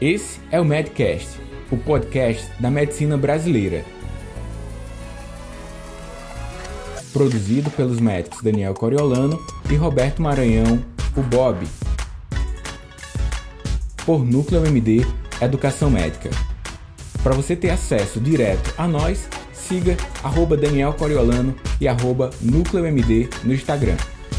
Esse é o Medcast, o podcast da medicina brasileira. Produzido pelos médicos Daniel Coriolano e Roberto Maranhão, o Bob. Por Núcleo MD Educação Médica. Para você ter acesso direto a nós, siga @Daniel Coriolano e @Núcleo MD no Instagram.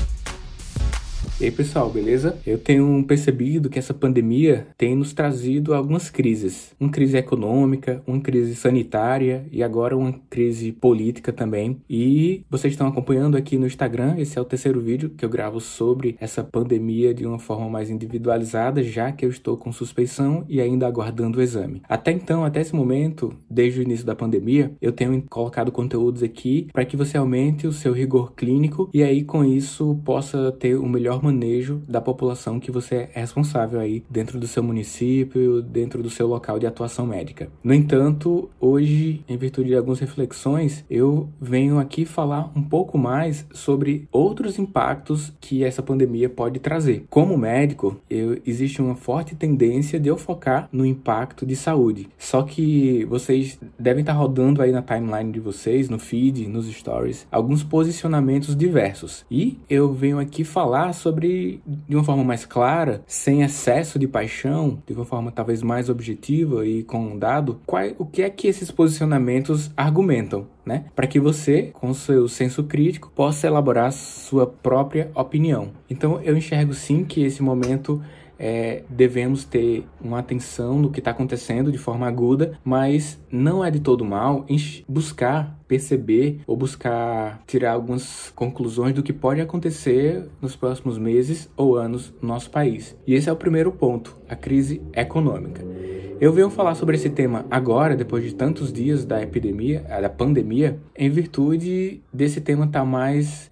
E aí pessoal, beleza? Eu tenho percebido que essa pandemia tem nos trazido algumas crises. Uma crise econômica, uma crise sanitária e agora uma crise política também. E vocês estão acompanhando aqui no Instagram, esse é o terceiro vídeo que eu gravo sobre essa pandemia de uma forma mais individualizada, já que eu estou com suspeição e ainda aguardando o exame. Até então, até esse momento, desde o início da pandemia, eu tenho colocado conteúdos aqui para que você aumente o seu rigor clínico e aí com isso possa ter o melhor manejo da população que você é responsável aí dentro do seu município, dentro do seu local de atuação médica. No entanto, hoje, em virtude de algumas reflexões, eu venho aqui falar um pouco mais sobre outros impactos que essa pandemia pode trazer. Como médico, existe uma forte tendência de eu focar no impacto de saúde. Só que vocês devem estar rodando aí na timeline de vocês, no feed, nos stories, alguns posicionamentos diversos. E eu venho aqui falar sobre de uma forma mais clara, sem excesso de paixão, de uma forma talvez mais objetiva e com um dado, o que é que esses posicionamentos argumentam, né? Para que você, com seu senso crítico, possa elaborar sua própria opinião. Então, eu enxergo sim que esse momento devemos ter uma atenção no que está acontecendo de forma aguda, mas não é de todo mal buscar perceber ou buscar tirar algumas conclusões do que pode acontecer nos próximos meses ou anos no nosso país. E esse é o primeiro ponto, a crise econômica. Eu venho falar sobre esse tema agora, depois de tantos dias da pandemia, em virtude desse tema estar mais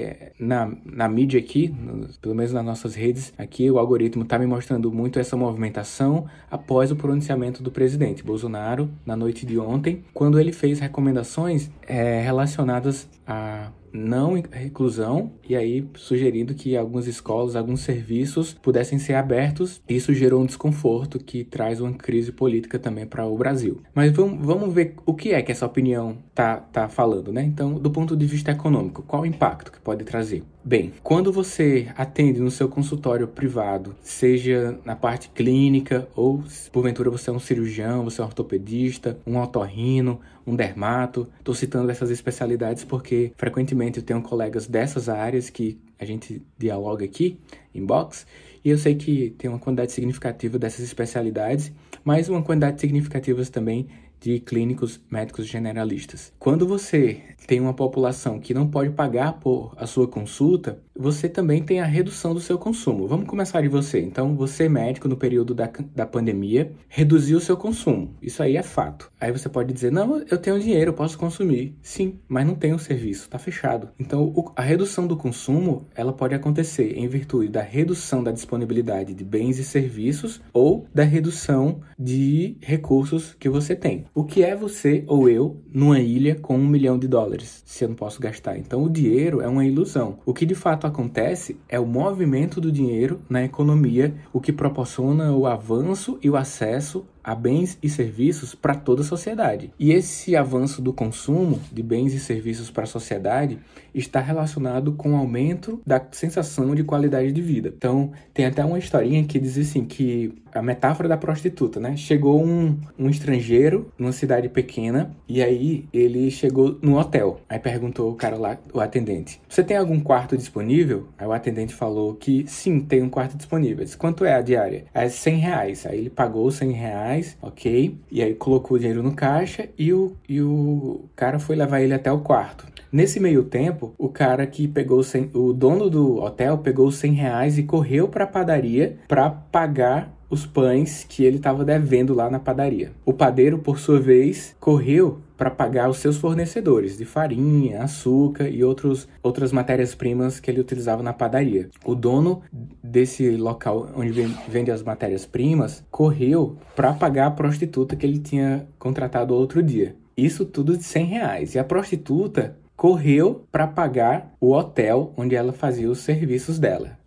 na mídia aqui, pelo menos nas nossas redes aqui, o algoritmo está me mostrando muito essa movimentação após o pronunciamento do presidente Bolsonaro na noite de ontem, quando ele fez recomendações relacionadas a não reclusão e aí sugerindo que algumas escolas, alguns serviços pudessem ser abertos. Isso gerou um desconforto que traz uma crise política também para o Brasil. Mas vamos ver o que é que essa opinião tá falando, né? Então, do ponto de vista econômico, qual o impacto que pode trazer? Bem, quando você atende no seu consultório privado, seja na parte clínica ou porventura você é um cirurgião, você é um ortopedista, um otorrino, um dermato, estou citando essas especialidades porque frequentemente eu tenho colegas dessas áreas que a gente dialoga aqui em box e eu sei que tem uma quantidade significativa dessas especialidades, mas uma quantidade significativa também de clínicos médicos generalistas. Quando você tem uma população que não pode pagar por a sua consulta, você também tem a redução do seu consumo. Vamos começar de você. Então, você médico no período da pandemia, reduziu o seu consumo. Isso aí é fato. Aí você pode dizer, não, eu tenho dinheiro, eu posso consumir. Sim, mas não tem o serviço, está fechado. Então, a redução do consumo, ela pode acontecer em virtude da redução da disponibilidade de bens e serviços ou da redução de recursos que você tem. O que é você ou eu numa ilha com $1 milhão se eu não posso gastar? Então, o dinheiro é uma ilusão. O que de fato acontece é o movimento do dinheiro na economia, o que proporciona o avanço e o acesso a bens e serviços para toda a sociedade. E esse avanço do consumo de bens e serviços para a sociedade está relacionado com o aumento da sensação de qualidade de vida. Então, tem até uma historinha que diz assim, que a metáfora da prostituta, né? Chegou um estrangeiro numa cidade pequena e aí ele chegou no hotel. Aí perguntou o cara lá, o atendente, você tem algum quarto disponível? Aí o atendente falou que sim, tem um quarto disponível. Disse, quanto é a diária? É R$100. Aí ele pagou R$100, ok? E aí colocou o dinheiro no caixa e o cara foi levar ele até o quarto. Nesse meio tempo, o cara que o dono do hotel pegou os R$100 e correu para a padaria para pagar os pães que ele estava devendo lá na padaria. O padeiro, por sua vez, correu para pagar os seus fornecedores de farinha, açúcar e outras matérias-primas que ele utilizava na padaria. O dono desse local onde vende as matérias-primas correu para pagar a prostituta que ele tinha contratado outro dia. Isso tudo de R$100. E a prostituta correu para pagar o hotel onde ela fazia os serviços dela.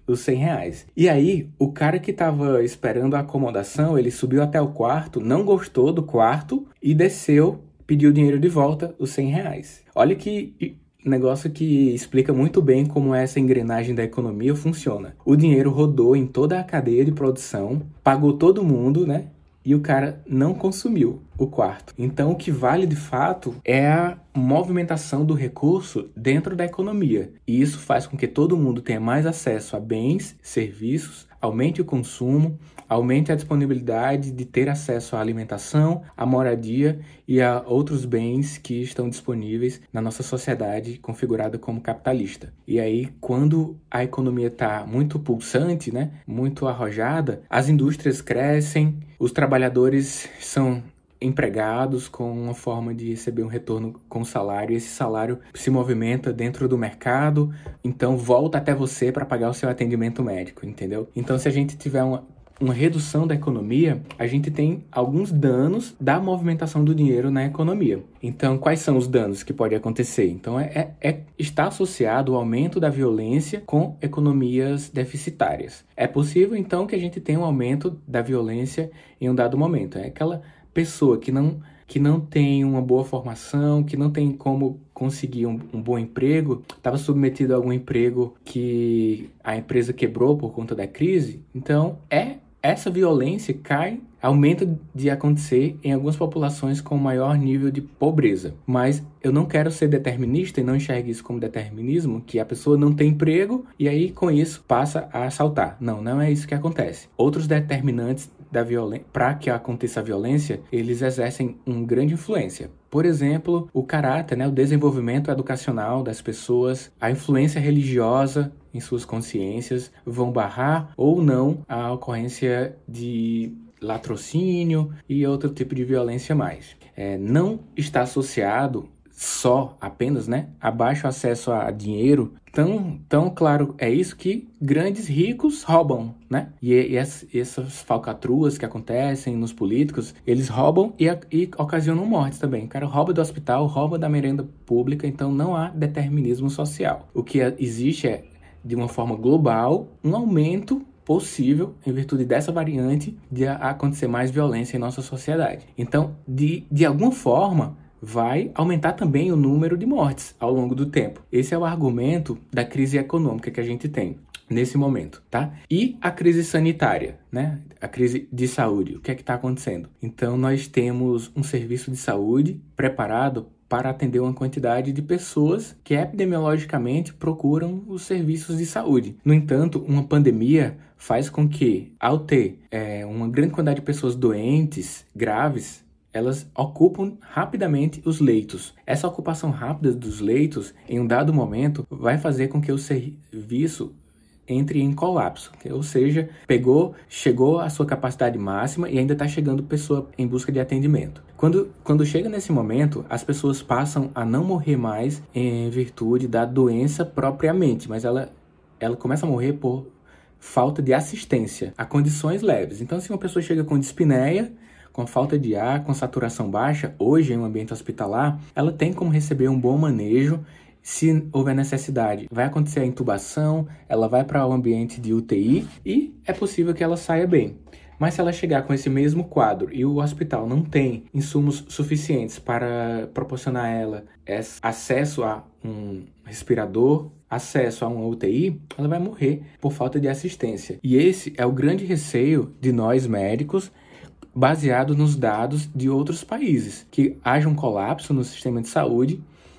os R$ 100. E aí, o cara que estava esperando a acomodação, ele subiu até o quarto, não gostou do quarto e desceu, pediu o dinheiro de volta, os R$ 100. Olha que negócio que explica muito bem como essa engrenagem da economia funciona. O dinheiro rodou em toda a cadeia de produção, pagou todo mundo, né? E o cara não consumiu o quarto. Então, o que vale de fato é a movimentação do recurso dentro da economia. E isso faz com que todo mundo tenha mais acesso a bens, serviços, aumente o consumo, aumente a disponibilidade de ter acesso à alimentação, à moradia e a outros bens que estão disponíveis na nossa sociedade configurada como capitalista. E aí, quando a economia está muito pulsante, né, muito arrojada, as indústrias crescem, os trabalhadores são empregados com uma forma de receber um retorno com salário, e esse salário se movimenta dentro do mercado, então volta até você para pagar o seu atendimento médico, entendeu? Então, se a gente tiver uma redução da economia, a gente tem alguns danos da movimentação do dinheiro na economia. Então, quais são os danos que podem acontecer? Então, está associado o aumento da violência com economias deficitárias. É possível, então, que a gente tenha um aumento da violência em um dado momento. É aquela pessoa que não tem uma boa formação, que não tem como conseguir um bom emprego, estava submetido a algum emprego que a empresa quebrou por conta da crise. Então, essa violência aumenta de acontecer em algumas populações com maior nível de pobreza. Mas eu não quero ser determinista e não enxergue isso como determinismo, que a pessoa não tem emprego e aí com isso passa a assaltar. Não é isso que acontece. Outros determinantes da violência, para que aconteça a violência, eles exercem uma grande influência. Por exemplo, o caráter, né, o desenvolvimento educacional das pessoas, a influência religiosa em suas consciências vão barrar ou não a ocorrência de latrocínio e outro tipo de violência mais. Não está associado apenas, né, a baixo acesso a dinheiro. Tão claro é isso que grandes ricos roubam, né? E essas falcatruas que acontecem nos políticos, eles roubam e ocasionam mortes também. O cara rouba do hospital, rouba da merenda pública, então não há determinismo social. O que existe é, de uma forma global, um aumento possível, em virtude dessa variante, de acontecer mais violência em nossa sociedade. Então, de alguma forma, vai aumentar também o número de mortes ao longo do tempo. Esse é o argumento da crise econômica que a gente tem nesse momento, tá? E a crise sanitária, né? A crise de saúde. O que é que está acontecendo? Então, nós temos um serviço de saúde preparado para atender uma quantidade de pessoas que epidemiologicamente procuram os serviços de saúde. No entanto, uma pandemia faz com que, ao ter uma grande quantidade de pessoas doentes, graves, elas ocupam rapidamente os leitos. Essa ocupação rápida dos leitos, em um dado momento, vai fazer com que o serviço entre em colapso, ou seja, chegou à sua capacidade máxima e ainda está chegando pessoa em busca de atendimento. Quando chega nesse momento, as pessoas passam a não morrer mais em virtude da doença propriamente, mas ela começa a morrer por falta de assistência a condições leves. Então, se uma pessoa chega com dispneia, com falta de ar, com saturação baixa, hoje em um ambiente hospitalar, ela tem como receber um bom manejo. Se houver necessidade, vai acontecer a intubação, ela vai para o ambiente de UTI e é possível que ela saia bem. Mas se ela chegar com esse mesmo quadro e o hospital não tem insumos suficientes para proporcionar a ela acesso a um respirador, acesso a uma UTI, ela vai morrer por falta de assistência. E esse é o grande receio de nós médicos, baseado nos dados de outros países, que haja um colapso no sistema de saúde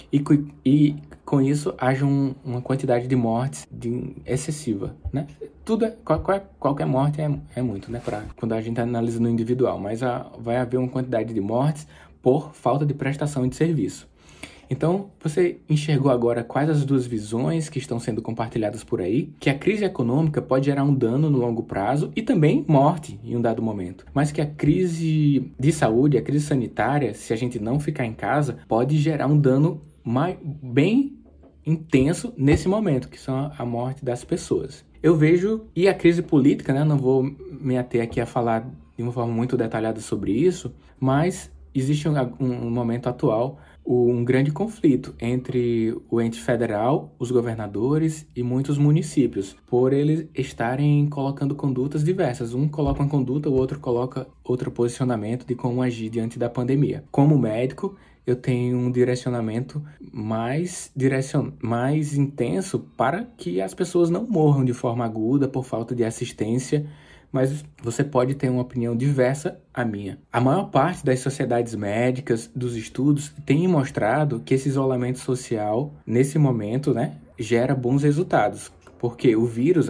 e com isso haja uma quantidade de mortes excessiva, né? Qualquer morte é muito, né? Quando a gente analisa no individual, mas vai haver uma quantidade de mortes por falta de prestação de serviço. Então, você enxergou agora quais as duas visões que estão sendo compartilhadas por aí, que a crise econômica pode gerar um dano no longo prazo e também morte em um dado momento, mas que a crise de saúde, a crise sanitária, se a gente não ficar em casa, pode gerar um dano bem intenso nesse momento, que são a morte das pessoas. Eu vejo, e a crise política, né, não vou me ater aqui a falar de uma forma muito detalhada sobre isso, mas existe um momento atual um grande conflito entre o ente federal, os governadores e muitos municípios, por eles estarem colocando condutas diversas. Um coloca uma conduta, o outro coloca outro posicionamento de como agir diante da pandemia. Como médico, eu tenho um direcionamento mais intenso para que as pessoas não morram de forma aguda por falta de assistência, mas você pode ter uma opinião diversa à minha. A maior parte das sociedades médicas, dos estudos, tem mostrado que esse isolamento social, nesse momento, gera bons resultados. Porque o vírus,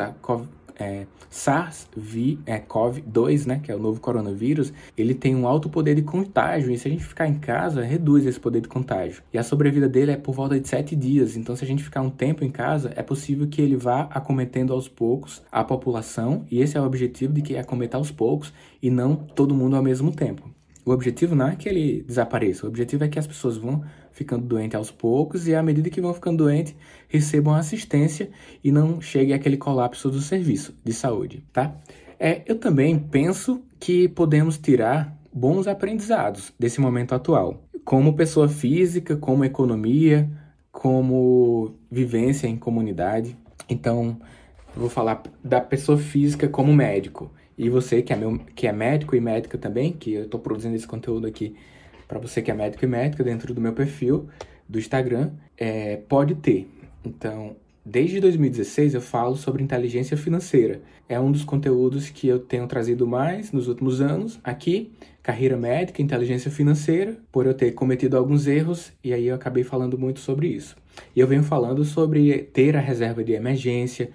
SARS-CoV-2, que é o novo coronavírus, ele tem um alto poder de contágio, e se a gente ficar em casa, reduz esse poder de contágio. E a sobrevida dele é por volta de 7 dias, então se a gente ficar um tempo em casa, é possível que ele vá acometendo aos poucos a população, e esse é o objetivo, de que acometer aos poucos e não todo mundo ao mesmo tempo. O objetivo não é que ele desapareça, o objetivo é que as pessoas vão ficando doentes aos poucos e, à medida que vão ficando doentes, recebam assistência e não chegue àquele colapso do serviço de saúde, tá? Eu também penso que podemos tirar bons aprendizados desse momento atual, como pessoa física, como economia, como vivência em comunidade. Então, eu vou falar da pessoa física como médico. E você que é médico e médica também, que eu estou produzindo esse conteúdo aqui para você que é médico e médica dentro do meu perfil do Instagram, pode ter. Então, desde 2016 eu falo sobre inteligência financeira. É um dos conteúdos que eu tenho trazido mais nos últimos anos aqui, carreira médica, inteligência financeira, por eu ter cometido alguns erros, e aí eu acabei falando muito sobre isso. E eu venho falando sobre ter a reserva de emergência,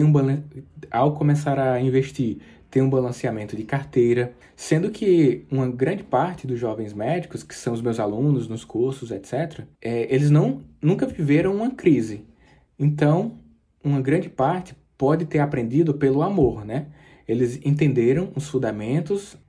ao começar a investir, tem um balanceamento de carteira, sendo que uma grande parte dos jovens médicos, que são os meus alunos nos cursos, etc., eles nunca viveram uma crise. Então, uma grande parte pode ter aprendido pelo amor, Eles entenderam os fundamentos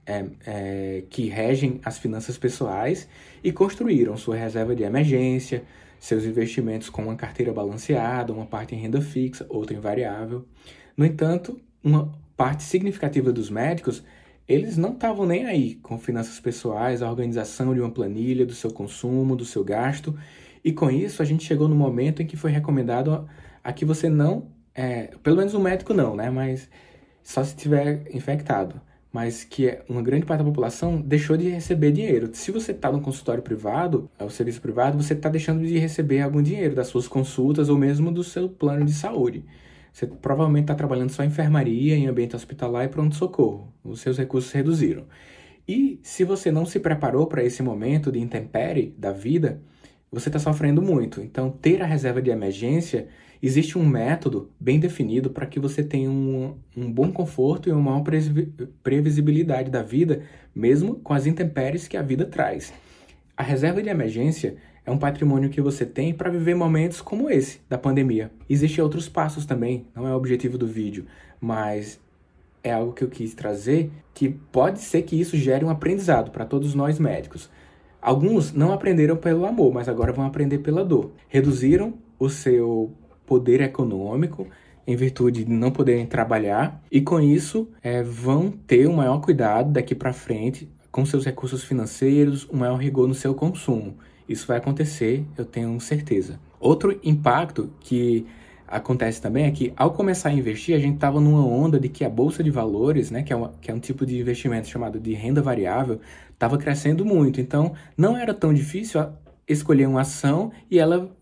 que regem as finanças pessoais e construíram sua reserva de emergência, seus investimentos com uma carteira balanceada, uma parte em renda fixa, outra em variável. No entanto, uma parte significativa dos médicos, eles não estavam nem aí com finanças pessoais, a organização de uma planilha, do seu consumo, do seu gasto. E com isso, a gente chegou no momento em que foi recomendado a que você não, pelo menos o médico não, mas só se estiver infectado, mas que uma grande parte da população deixou de receber dinheiro. Se você está no consultório privado, o serviço privado, você está deixando de receber algum dinheiro das suas consultas ou mesmo do seu plano de saúde. Você provavelmente está trabalhando só em enfermaria, em ambiente hospitalar e pronto-socorro. Os seus recursos reduziram. E se você não se preparou para esse momento de intempérie da vida, você está sofrendo muito. Então, ter a reserva de emergência, existe um método bem definido para que você tenha um bom conforto e uma maior previsibilidade da vida, mesmo com as intempéries que a vida traz. A reserva de emergência é um patrimônio que você tem para viver momentos como esse, da pandemia. Existem outros passos também, não é o objetivo do vídeo, mas é algo que eu quis trazer, que pode ser que isso gere um aprendizado para todos nós médicos. Alguns não aprenderam pelo amor, mas agora vão aprender pela dor. Reduziram o seu poder econômico em virtude de não poderem trabalhar e com isso vão ter um maior cuidado daqui para frente com seus recursos financeiros, um maior rigor no seu consumo. Isso vai acontecer, eu tenho certeza. Outro impacto que acontece também é que, ao começar a investir, a gente estava numa onda de que a Bolsa de Valores, que é um tipo de investimento chamado de renda variável, estava crescendo muito. Então, não era tão difícil escolher uma ação e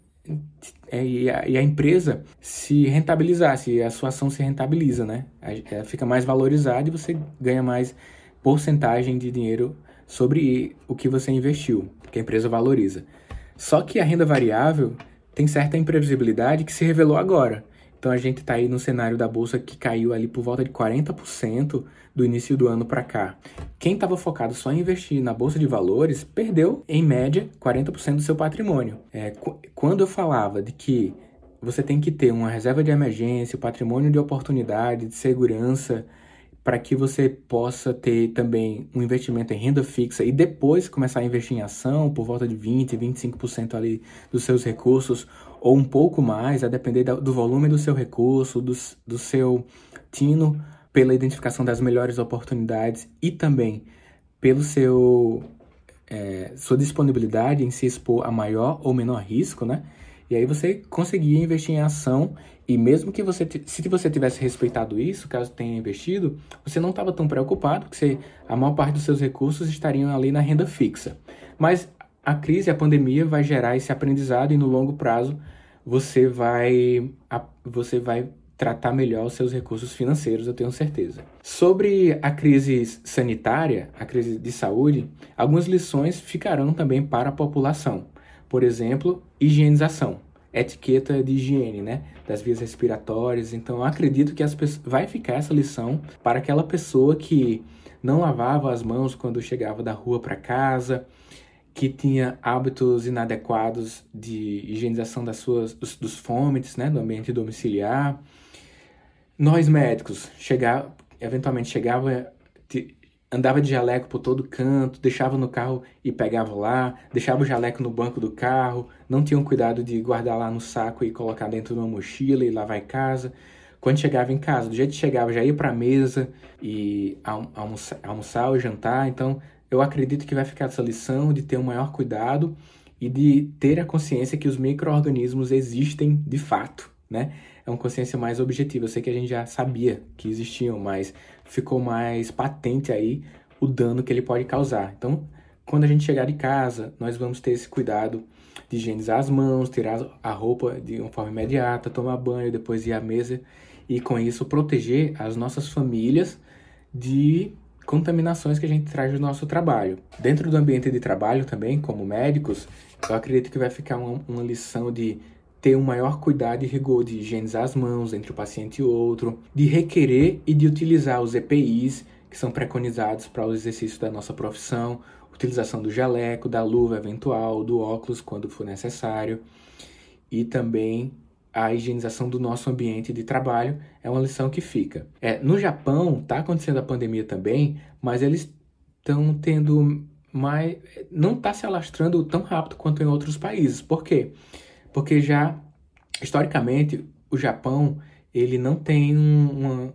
a empresa se rentabilizasse, a sua ação se rentabiliza, Ela fica mais valorizada e você ganha mais porcentagem de dinheiro sobre o que você investiu, que a empresa valoriza. Só que a renda variável tem certa imprevisibilidade que se revelou agora. Então a gente está aí no cenário da bolsa que caiu ali por volta de 40% do início do ano para cá. Quem estava focado só em investir na bolsa de valores perdeu, em média, 40% do seu patrimônio. Quando eu falava de que você tem que ter uma reserva de emergência, patrimônio de oportunidade, de segurança, para que você possa ter também um investimento em renda fixa e depois começar a investir em ação por volta de 20%, 25% ali dos seus recursos, ou um pouco mais, a depender do volume do seu recurso, do seu tino pela identificação das melhores oportunidades e também pelo seu sua disponibilidade em se expor a maior ou menor risco, né? E aí você conseguia investir em ação, e mesmo que se você tivesse respeitado isso, caso tenha investido, você não estava tão preocupado, porque a maior parte dos seus recursos estariam ali na renda fixa. Mas a crise, a pandemia vai gerar esse aprendizado, e no longo prazo você vai tratar melhor os seus recursos financeiros, eu tenho certeza. Sobre a crise sanitária, a crise de saúde, algumas lições ficarão também para a população. Por exemplo, higienização, etiqueta de higiene, né, das vias respiratórias. Então, eu acredito que vai ficar essa lição para aquela pessoa que não lavava as mãos quando chegava da rua para casa, que tinha hábitos inadequados de higienização dos fomites, né, do ambiente domiciliar. Nós médicos, eventualmente chegava, andava de jaleco por todo canto, deixava no carro e pegava lá, deixava o jaleco no banco do carro, não tinham cuidado de guardar lá no saco e colocar dentro de uma mochila e lavar em casa. Quando chegava em casa, do jeito que chegava, já ia para a mesa e almoçar ou jantar. Então, eu acredito que vai ficar essa lição de ter um maior cuidado e de ter a consciência que os micro-organismos existem de fato, né? É uma consciência mais objetiva. Eu sei que a gente já sabia que existiam, mas ficou mais patente aí o dano que ele pode causar. Então, quando a gente chegar de casa, nós vamos ter esse cuidado de higienizar as mãos, tirar a roupa de uma forma imediata, tomar banho, depois ir à mesa e, com isso, proteger as nossas famílias de contaminações que a gente traz do nosso trabalho. Dentro do ambiente de trabalho também, como médicos, eu acredito que vai ficar uma lição de ter um maior cuidado e rigor de higienizar as mãos entre o paciente e outro, de requerer e de utilizar os EPIs que são preconizados para o exercício da nossa profissão, utilização do jaleco, da luva eventual, do óculos quando for necessário, e também a higienização do nosso ambiente de trabalho é uma lição que fica. No Japão está acontecendo a pandemia também, mas eles estão tendo mais... não está se alastrando tão rápido quanto em outros países. Por quê? Porque já, historicamente, o Japão ele não tem uma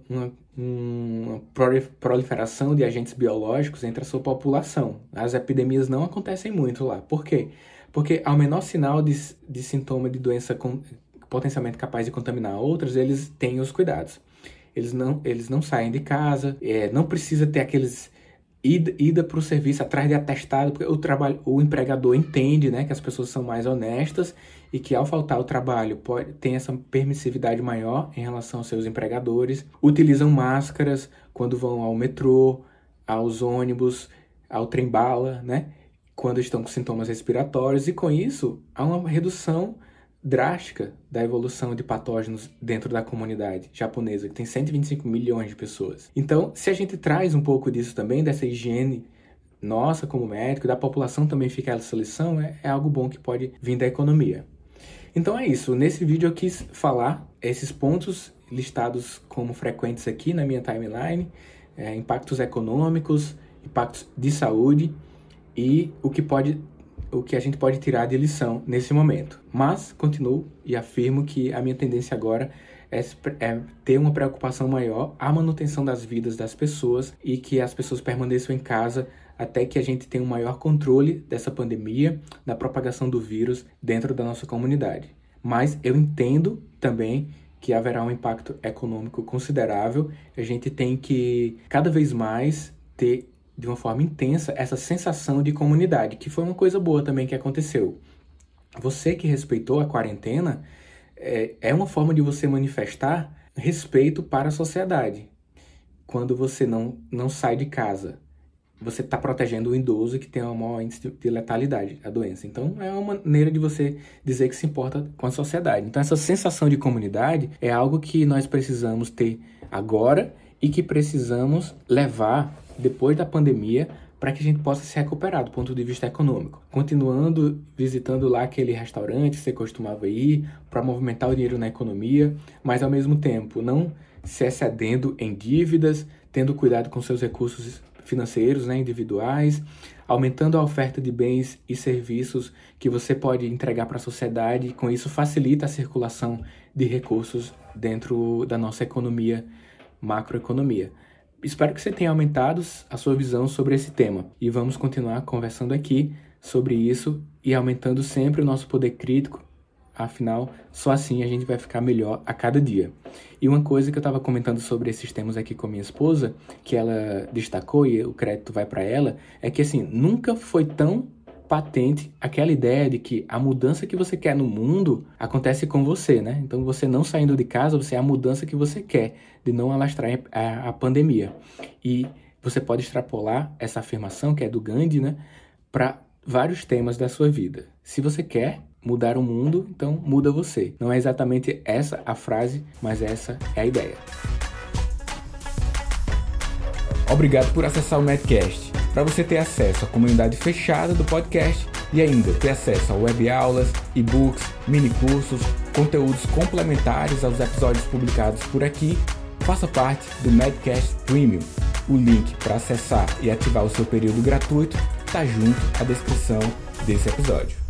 proliferação de agentes biológicos entre a sua população. As epidemias não acontecem muito lá. Por quê? Porque ao menor sinal de sintoma de doença potencialmente capaz de contaminar outras, eles têm os cuidados. Eles não saem de casa, não precisa ter aqueles... ida para o serviço atrás de atestado, porque o empregador entende, né, que as pessoas são mais honestas e que ao faltar o trabalho tem essa permissividade maior em relação aos seus empregadores. Utilizam máscaras quando vão ao metrô, aos ônibus, ao trem-bala, né, quando estão com sintomas respiratórios, e com isso há uma redução drástica da evolução de patógenos dentro da comunidade japonesa, que tem 125 milhões de pessoas. Então, se a gente traz um pouco disso também, dessa higiene nossa como médico, da população também ficar essa lição, é algo bom que pode vir da economia. Então é isso, nesse vídeo eu quis falar esses pontos listados como frequentes aqui na minha timeline, impactos econômicos, impactos de saúde e o que a gente pode tirar de lição nesse momento. Mas continuo e afirmo que a minha tendência agora é ter uma preocupação maior à manutenção das vidas das pessoas e que as pessoas permaneçam em casa até que a gente tenha um maior controle dessa pandemia, da propagação do vírus dentro da nossa comunidade. Mas eu entendo também que haverá um impacto econômico considerável. A gente tem que cada vez mais ter de uma forma intensa essa sensação de comunidade, que foi uma coisa boa também que aconteceu. Você que respeitou a quarentena, é uma forma de você manifestar respeito para a sociedade. Quando você não sai de casa, você está protegendo o idoso que tem o maior índice de letalidade, a doença. Então, é uma maneira de você dizer que se importa com a sociedade. Então, essa sensação de comunidade é algo que nós precisamos ter agora e que precisamos levar depois da pandemia para que a gente possa se recuperar do ponto de vista econômico. Continuando visitando lá aquele restaurante que você costumava ir para movimentar o dinheiro na economia, mas ao mesmo tempo não se excedendo em dívidas, tendo cuidado com seus recursos financeiros, né, individuais, aumentando a oferta de bens e serviços que você pode entregar para a sociedade e com isso facilita a circulação de recursos dentro da nossa economia, macroeconomia. Espero que você tenha aumentado a sua visão sobre esse tema. E vamos continuar conversando aqui sobre isso e aumentando sempre o nosso poder crítico. Afinal, só assim a gente vai ficar melhor a cada dia. E uma coisa que eu estava comentando sobre esses temas aqui com a minha esposa, que ela destacou e o crédito vai para ela, é que assim, nunca foi tão patente aquela ideia de que a mudança que você quer no mundo acontece com você, né? Então, você não saindo de casa, você é a mudança que você quer, de não alastrar a pandemia. E você pode extrapolar essa afirmação, que é do Gandhi, né, para vários temas da sua vida. Se você quer mudar o mundo, então muda você. Não é exatamente essa a frase, mas essa é a ideia. Obrigado por acessar o Medcast. Para você ter acesso à comunidade fechada do podcast e ainda ter acesso a web-aulas, e-books, mini-cursos, conteúdos complementares aos episódios publicados por aqui, faça parte do Medcast Premium. O link para acessar e ativar o seu período gratuito está junto à descrição desse episódio.